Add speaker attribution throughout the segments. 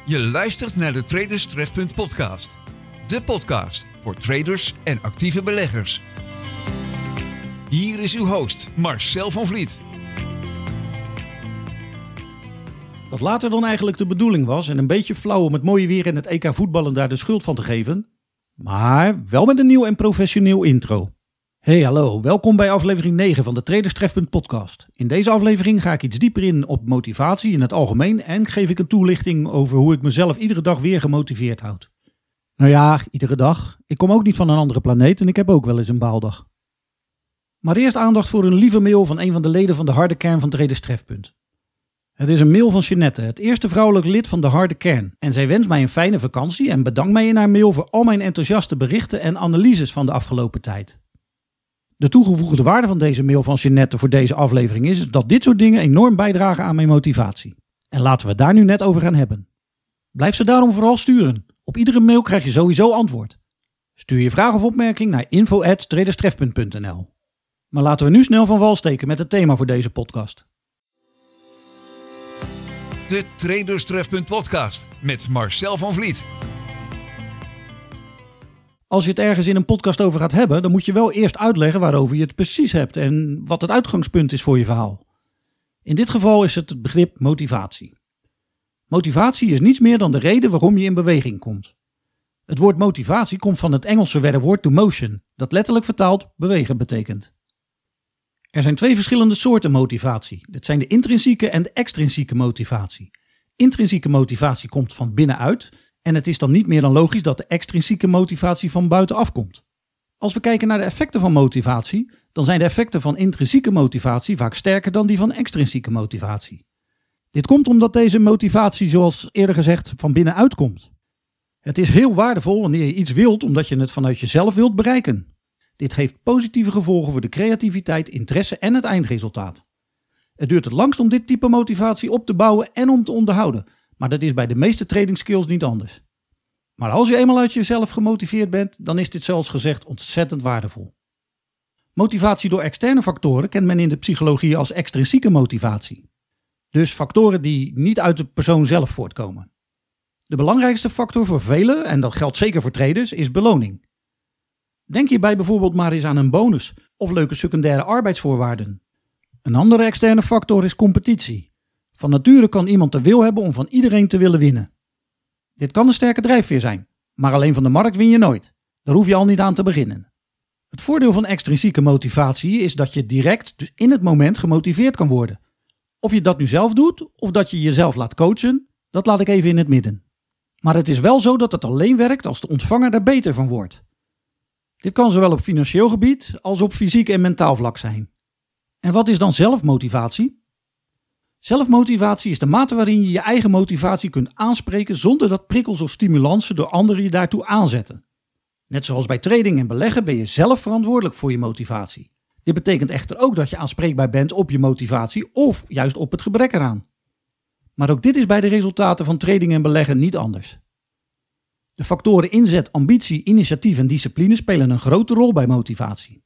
Speaker 1: Je luistert naar de Traders Trefpunt podcast. De podcast voor traders en actieve beleggers. Hier is uw host Marcel van Vliet.
Speaker 2: Wat later dan eigenlijk de bedoeling was en een beetje flauw om het mooie weer en het EK voetballen daar de schuld van te geven. Maar wel met een nieuw en professioneel intro. Hey hallo, welkom bij aflevering 9 van de Traders Trefpunt podcast. In deze aflevering ga ik iets dieper in op motivatie in het algemeen en geef ik een toelichting over hoe ik mezelf iedere dag weer gemotiveerd houd. Nou ja, iedere dag. Ik kom ook niet van een andere planeet en ik heb ook wel eens een baaldag. Maar eerst aandacht voor een lieve mail van een van de leden van de harde kern van Traders Trefpunt. Het is een mail van Jeanette, het eerste vrouwelijk lid van de harde kern. En zij wenst mij een fijne vakantie en bedankt mij in haar mail voor al mijn enthousiaste berichten en analyses van de afgelopen tijd. De toegevoegde waarde van deze mail van Jeanette voor deze aflevering is dat dit soort dingen enorm bijdragen aan mijn motivatie. En laten we het daar nu net over gaan hebben. Blijf ze daarom vooral sturen. Op iedere mail krijg je sowieso antwoord. Stuur je vraag of opmerking naar info@traderstrefpunt.nl. Maar laten we nu snel van wal steken met het thema voor deze podcast.
Speaker 1: De Traders Trefpunt podcast met Marcel van Vliet.
Speaker 2: Als je het ergens in een podcast over gaat hebben, dan moet je wel eerst uitleggen waarover je het precies hebt en wat het uitgangspunt is voor je verhaal. In dit geval is het begrip motivatie. Motivatie is niets meer dan de reden waarom je in beweging komt. Het woord motivatie komt van het Engelse werkwoord to motion, dat letterlijk vertaald bewegen betekent. Er zijn twee verschillende soorten motivatie. Dat zijn de intrinsieke en de extrinsieke motivatie. Intrinsieke motivatie komt van binnenuit en het is dan niet meer dan logisch dat de extrinsieke motivatie van buitenaf komt. Als we kijken naar de effecten van motivatie, dan zijn de effecten van intrinsieke motivatie vaak sterker dan die van extrinsieke motivatie. Dit komt omdat deze motivatie, zoals eerder gezegd, van binnenuit komt. Het is heel waardevol wanneer je iets wilt omdat je het vanuit jezelf wilt bereiken. Dit heeft positieve gevolgen voor de creativiteit, interesse en het eindresultaat. Het duurt het langst om dit type motivatie op te bouwen en om te onderhouden, maar dat is bij de meeste trading skills niet anders. Maar als je eenmaal uit jezelf gemotiveerd bent, dan is dit zoals gezegd ontzettend waardevol. Motivatie door externe factoren kent men in de psychologie als extrinsieke motivatie. Dus factoren die niet uit de persoon zelf voortkomen. De belangrijkste factor voor velen, en dat geldt zeker voor traders, is beloning. Denk hierbij bijvoorbeeld maar eens aan een bonus of leuke secundaire arbeidsvoorwaarden. Een andere externe factor is competitie. Van nature kan iemand de wil hebben om van iedereen te willen winnen. Dit kan een sterke drijfveer zijn, maar alleen van de markt win je nooit. Daar hoef je al niet aan te beginnen. Het voordeel van extrinsieke motivatie is dat je direct, dus in het moment, gemotiveerd kan worden. Of je dat nu zelf doet of dat je jezelf laat coachen, dat laat ik even in het midden. Maar het is wel zo dat het alleen werkt als de ontvanger er beter van wordt. Dit kan zowel op financieel gebied als op fysiek en mentaal vlak zijn. En wat is dan zelfmotivatie? Zelfmotivatie is de mate waarin je je eigen motivatie kunt aanspreken zonder dat prikkels of stimulansen door anderen je daartoe aanzetten. Net zoals bij trading en beleggen ben je zelf verantwoordelijk voor je motivatie. Dit betekent echter ook dat je aanspreekbaar bent op je motivatie of juist op het gebrek eraan. Maar ook dit is bij de resultaten van trading en beleggen niet anders. De factoren inzet, ambitie, initiatief en discipline spelen een grote rol bij motivatie.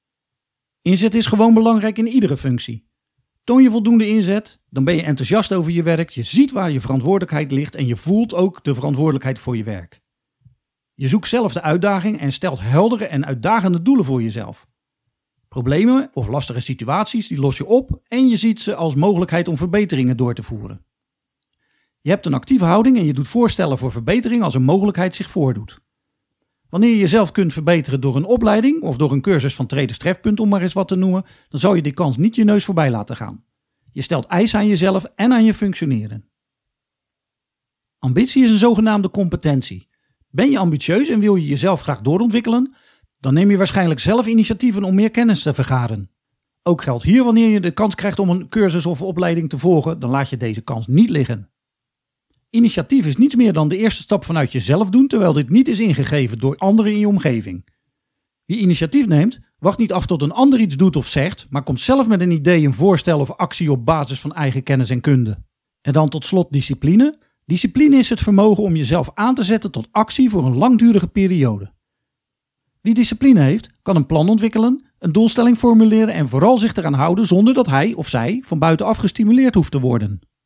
Speaker 2: Inzet is gewoon belangrijk in iedere functie. Toon je voldoende inzet, dan ben je enthousiast over je werk, je ziet waar je verantwoordelijkheid ligt en je voelt ook de verantwoordelijkheid voor je werk. Je zoekt zelf de uitdaging en stelt heldere en uitdagende doelen voor jezelf. Problemen of lastige situaties die los je op en je ziet ze als mogelijkheid om verbeteringen door te voeren. Je hebt een actieve houding en je doet voorstellen voor verbetering als een mogelijkheid zich voordoet. Wanneer je jezelf kunt verbeteren door een opleiding of door een cursus van Traders Trefpunt om maar eens wat te noemen, dan zou je die kans niet je neus voorbij laten gaan. Je stelt eisen aan jezelf en aan je functioneren. Ambitie is een zogenaamde competentie. Ben je ambitieus en wil je jezelf graag doorontwikkelen, dan neem je waarschijnlijk zelf initiatieven om meer kennis te vergaren. Ook geldt hier wanneer je de kans krijgt om een cursus of opleiding te volgen, dan laat je deze kans niet liggen. Initiatief is niets meer dan de eerste stap vanuit jezelf doen, terwijl dit niet is ingegeven door anderen in je omgeving. Wie initiatief neemt, wacht niet af tot een ander iets doet of zegt, maar komt zelf met een idee, een voorstel of actie op basis van eigen kennis en kunde. En dan tot slot discipline. Discipline is het vermogen om jezelf aan te zetten tot actie voor een langdurige periode. Wie discipline heeft, kan een plan ontwikkelen, een doelstelling formuleren en vooral zich eraan houden zonder dat hij of zij van buitenaf gestimuleerd hoeft te worden.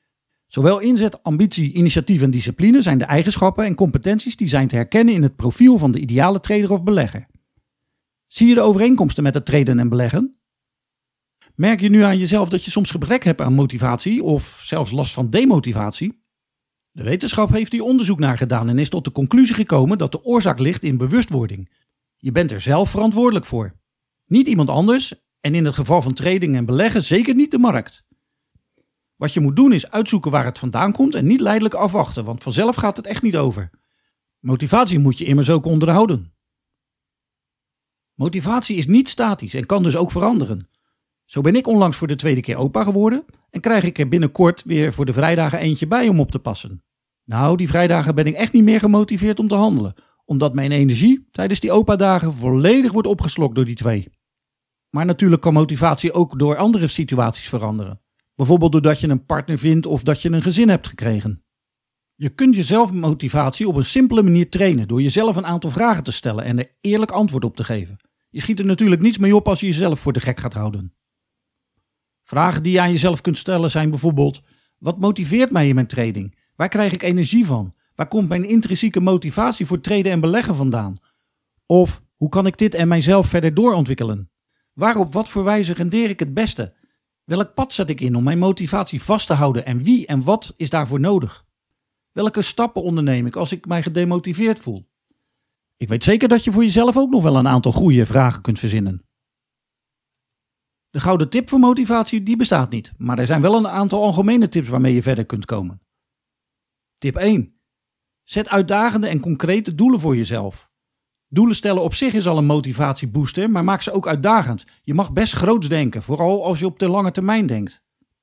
Speaker 2: Zowel inzet, ambitie, initiatief en discipline zijn de eigenschappen en competenties die zijn te herkennen in het profiel van de ideale trader of belegger. Zie je de overeenkomsten met het traden en beleggen? Merk je nu aan jezelf dat je soms gebrek hebt aan motivatie of zelfs last van demotivatie? De wetenschap heeft hier onderzoek naar gedaan en is tot de conclusie gekomen dat de oorzaak ligt in bewustwording. Je bent er zelf verantwoordelijk voor. Niet iemand anders en in het geval van trading en beleggen zeker niet de markt. Wat je moet doen is uitzoeken waar het vandaan komt en niet leidelijk afwachten, want vanzelf gaat het echt niet over. Motivatie moet je immers ook onderhouden. Motivatie is niet statisch en kan dus ook veranderen. Zo ben ik onlangs voor de tweede keer opa geworden en krijg ik er binnenkort weer voor de vrijdagen eentje bij om op te passen. Nou, die vrijdagen ben ik echt niet meer gemotiveerd om te handelen, omdat mijn energie tijdens die opa-dagen volledig wordt opgeslokt door die twee. Maar natuurlijk kan motivatie ook door andere situaties veranderen. Bijvoorbeeld doordat je een partner vindt of dat je een gezin hebt gekregen. Je kunt jezelf motivatie op een simpele manier trainen door jezelf een aantal vragen te stellen en er eerlijk antwoord op te geven. Je schiet er natuurlijk niets mee op als je jezelf voor de gek gaat houden. Vragen die je aan jezelf kunt stellen zijn bijvoorbeeld: wat motiveert mij in mijn trading? Waar krijg ik energie van? Waar komt mijn intrinsieke motivatie voor traden en beleggen vandaan? Of hoe kan ik dit en mijzelf verder doorontwikkelen? Waarop wat voor wijze rendeer ik het beste? Welk pad zet ik in om mijn motivatie vast te houden en wie en wat is daarvoor nodig? Welke stappen onderneem ik als ik mij gedemotiveerd voel? Ik weet zeker dat je voor jezelf ook nog wel een aantal goede vragen kunt verzinnen. De gouden tip voor motivatie die bestaat niet, maar er zijn wel een aantal algemene tips waarmee je verder kunt komen. Tip 1. Zet uitdagende en concrete doelen voor jezelf. Doelen stellen op zich is al een motivatiebooster, maar maak ze ook uitdagend. Je mag best groots denken, vooral als je op de lange termijn denkt.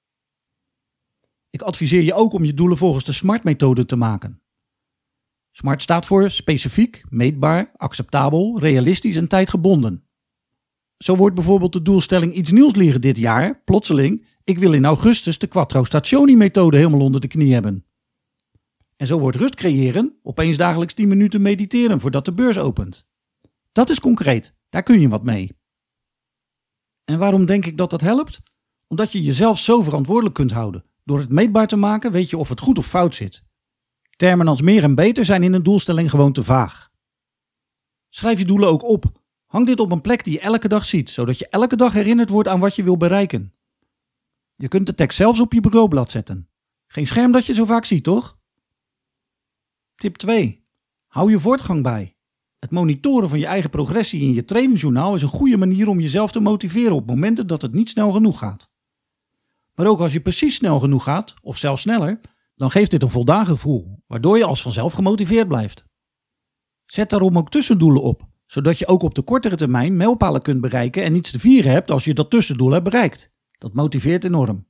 Speaker 2: Ik adviseer je ook om je doelen volgens de SMART-methode te maken. SMART staat voor specifiek, meetbaar, acceptabel, realistisch en tijdgebonden. Zo wordt bijvoorbeeld de doelstelling iets nieuws leren dit jaar, plotseling: ik wil in augustus de Quattro Stationi-methode helemaal onder de knie hebben. En zo wordt rust creëren opeens dagelijks 10 minuten mediteren voordat de beurs opent. Dat is concreet, daar kun je wat mee. En waarom denk ik dat dat helpt? Omdat je jezelf zo verantwoordelijk kunt houden. Door het meetbaar te maken weet je of het goed of fout zit. Termen als meer en beter zijn in een doelstelling gewoon te vaag. Schrijf je doelen ook op. Hang dit op een plek die je elke dag ziet, zodat je elke dag herinnerd wordt aan wat je wil bereiken. Je kunt de tekst zelfs op je bureaublad zetten. Geen scherm dat je zo vaak ziet, toch? Tip 2. Hou je voortgang bij. Het monitoren van je eigen progressie in je tradingjournaal is een goede manier om jezelf te motiveren op momenten dat het niet snel genoeg gaat. Maar ook als je precies snel genoeg gaat, of zelfs sneller, dan geeft dit een voldaan gevoel, waardoor je als vanzelf gemotiveerd blijft. Zet daarom ook tussendoelen op, zodat je ook op de kortere termijn mijlpalen kunt bereiken en iets te vieren hebt als je dat tussendoel hebt bereikt. Dat motiveert enorm.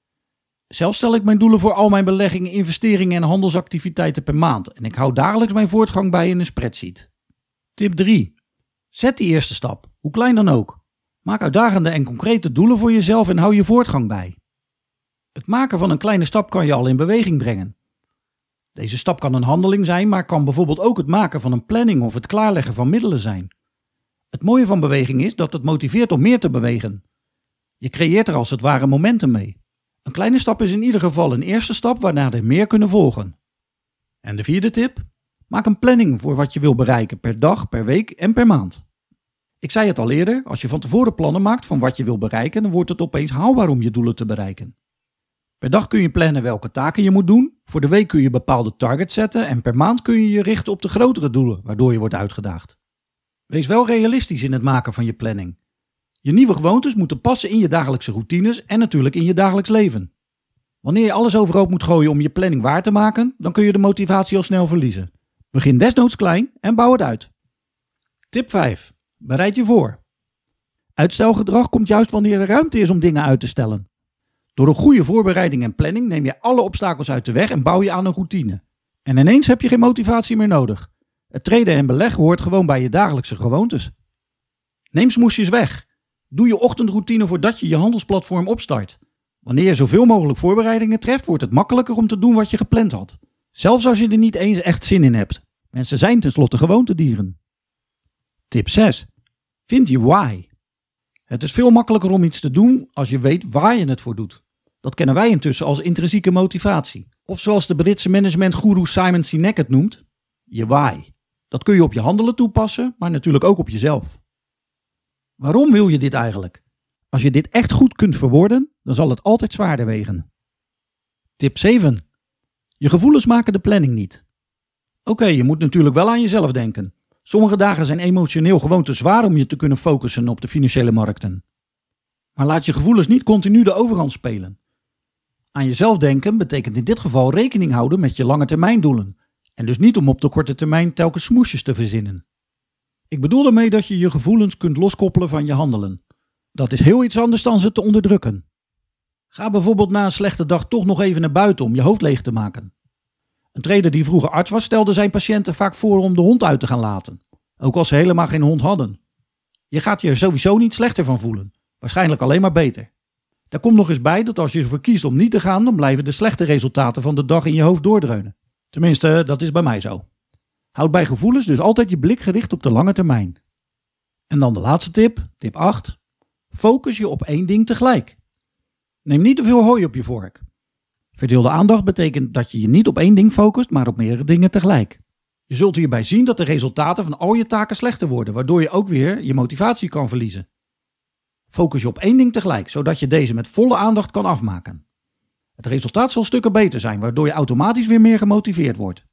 Speaker 2: Zelf stel ik mijn doelen voor al mijn beleggingen, investeringen en handelsactiviteiten per maand en ik hou dagelijks mijn voortgang bij in een spreadsheet. Tip 3. Zet die eerste stap, hoe klein dan ook. Maak uitdagende en concrete doelen voor jezelf en hou je voortgang bij. Het maken van een kleine stap kan je al in beweging brengen. Deze stap kan een handeling zijn, maar kan bijvoorbeeld ook het maken van een planning of het klaarleggen van middelen zijn. Het mooie van beweging is dat het motiveert om meer te bewegen. Je creëert er als het ware momentum mee. Een kleine stap is in ieder geval een eerste stap waarna er meer kunnen volgen. En de 4e tip? Maak een planning voor wat je wil bereiken per dag, per week en per maand. Ik zei het al eerder, als je van tevoren plannen maakt van wat je wil bereiken, dan wordt het opeens haalbaar om je doelen te bereiken. Per dag kun je plannen welke taken je moet doen, voor de week kun je bepaalde targets zetten en per maand kun je je richten op de grotere doelen, waardoor je wordt uitgedaagd. Wees wel realistisch in het maken van je planning. Je nieuwe gewoontes moeten passen in je dagelijkse routines en natuurlijk in je dagelijks leven. Wanneer je alles overhoop moet gooien om je planning waar te maken, dan kun je de motivatie al snel verliezen. Begin desnoods klein en bouw het uit. Tip 5. Bereid je voor. Uitstelgedrag komt juist wanneer er ruimte is om dingen uit te stellen. Door een goede voorbereiding en planning neem je alle obstakels uit de weg en bouw je aan een routine. En ineens heb je geen motivatie meer nodig. Het traden en beleggen hoort gewoon bij je dagelijkse gewoontes. Neem smoesjes weg. Doe je ochtendroutine voordat je je handelsplatform opstart. Wanneer je zoveel mogelijk voorbereidingen treft, wordt het makkelijker om te doen wat je gepland had. Zelfs als je er niet eens echt zin in hebt. Mensen zijn tenslotte gewoontedieren. Tip 6. Vind je why. Het is veel makkelijker om iets te doen als je weet waar je het voor doet. Dat kennen wij intussen als intrinsieke motivatie. Of zoals de Britse managementgoeroe Simon Sinek het noemt, je why. Dat kun je op je handelen toepassen, maar natuurlijk ook op jezelf. Waarom wil je dit eigenlijk? Als je dit echt goed kunt verwoorden, dan zal het altijd zwaarder wegen. Tip 7. Je gevoelens maken de planning niet. Oké, je moet natuurlijk wel aan jezelf denken. Sommige dagen zijn emotioneel gewoon te zwaar om je te kunnen focussen op de financiële markten. Maar laat je gevoelens niet continu de overhand spelen. Aan jezelf denken betekent in dit geval rekening houden met je langetermijndoelen. En dus niet om op de korte termijn telkens smoesjes te verzinnen. Ik bedoel daarmee dat je je gevoelens kunt loskoppelen van je handelen. Dat is heel iets anders dan ze te onderdrukken. Ga bijvoorbeeld na een slechte dag toch nog even naar buiten om je hoofd leeg te maken. Een trader die vroeger arts was stelde zijn patiënten vaak voor om de hond uit te gaan laten. Ook als ze helemaal geen hond hadden. Je gaat je er sowieso niet slechter van voelen. Waarschijnlijk alleen maar beter. Daar komt nog eens bij dat als je ervoor kiest om niet te gaan, dan blijven de slechte resultaten van de dag in je hoofd doordreunen. Tenminste, dat is bij mij zo. Houd bij gevoelens dus altijd je blik gericht op de lange termijn. En dan de laatste tip, tip 8. Focus je op één ding tegelijk. Neem niet te veel hooi op je vork. Verdeelde aandacht betekent dat je je niet op één ding focust, maar op meerdere dingen tegelijk. Je zult hierbij zien dat de resultaten van al je taken slechter worden, waardoor je ook weer je motivatie kan verliezen. Focus je op één ding tegelijk, zodat je deze met volle aandacht kan afmaken. Het resultaat zal stukken beter zijn, waardoor je automatisch weer meer gemotiveerd wordt.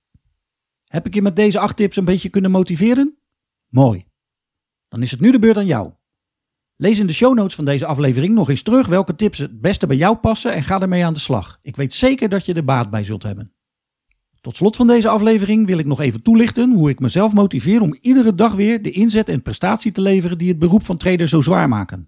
Speaker 2: Heb ik je met deze 8 tips een beetje kunnen motiveren? Mooi. Dan is het nu de beurt aan jou. Lees in de show notes van deze aflevering nog eens terug welke tips het beste bij jou passen en ga ermee aan de slag. Ik weet zeker dat je er baat bij zult hebben. Tot slot van deze aflevering wil ik nog even toelichten hoe ik mezelf motiveer om iedere dag weer de inzet en prestatie te leveren die het beroep van trader zo zwaar maken.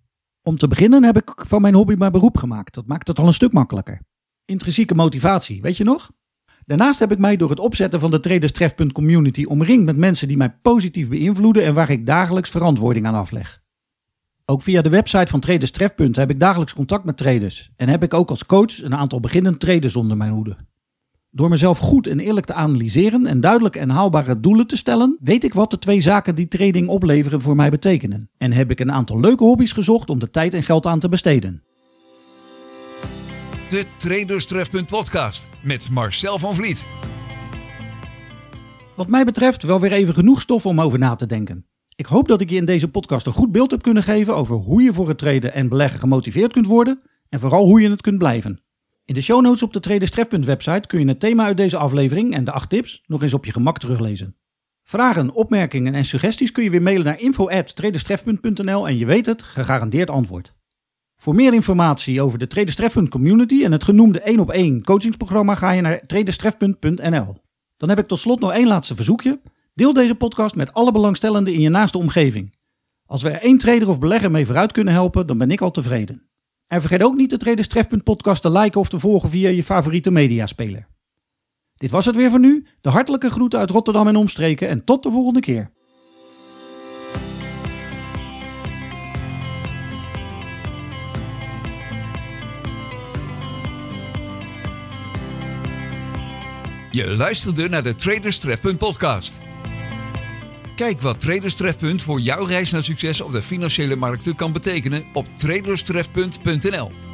Speaker 2: Om te beginnen heb ik van mijn hobby mijn beroep gemaakt. Dat maakt het al een stuk makkelijker. Intrinsieke motivatie, weet je nog? Daarnaast heb ik mij door het opzetten van de Traders Trefpunt Community omringd met mensen die mij positief beïnvloeden en waar ik dagelijks verantwoording aan afleg. Ook via de website van Traders Trefpunt heb ik dagelijks contact met traders en heb ik ook als coach een aantal beginnend traders onder mijn hoede. Door mezelf goed en eerlijk te analyseren en duidelijke en haalbare doelen te stellen, weet ik wat de 2 zaken die trading opleveren voor mij betekenen. En heb ik een aantal leuke hobby's gezocht om de tijd en geld aan te besteden.
Speaker 1: De Traders Trefpunt podcast met Marcel van Vliet.
Speaker 2: Wat mij betreft wel weer even genoeg stof om over na te denken. Ik hoop dat ik je in deze podcast een goed beeld heb kunnen geven over hoe je voor het traden en beleggen gemotiveerd kunt worden en vooral hoe je het kunt blijven. In de show notes op de Traders Trefpunt website kun je het thema uit deze aflevering en de 8 tips nog eens op je gemak teruglezen. Vragen, opmerkingen en suggesties kun je weer mailen naar info@traderstrefpunt.nl en je weet het, gegarandeerd antwoord. Voor meer informatie over de Traders Trefpunt Community en het genoemde 1-op-1 coachingsprogramma ga je naar traderstrefpunt.nl. Dan heb ik tot slot nog één laatste verzoekje. Deel deze podcast met alle belangstellenden in je naaste omgeving. Als we er 1 trader of belegger mee vooruit kunnen helpen, dan ben ik al tevreden. En vergeet ook niet de Traders Trefpunt podcast te liken of te volgen via je favoriete mediaspeler. Dit was het weer voor nu. De hartelijke groeten uit Rotterdam en omstreken en tot de volgende keer.
Speaker 1: Je luisterde naar de Traders Trefpunt podcast. Kijk wat Traders Trefpunt voor jouw reis naar succes op de financiële markten kan betekenen op traderstrefpunt.nl.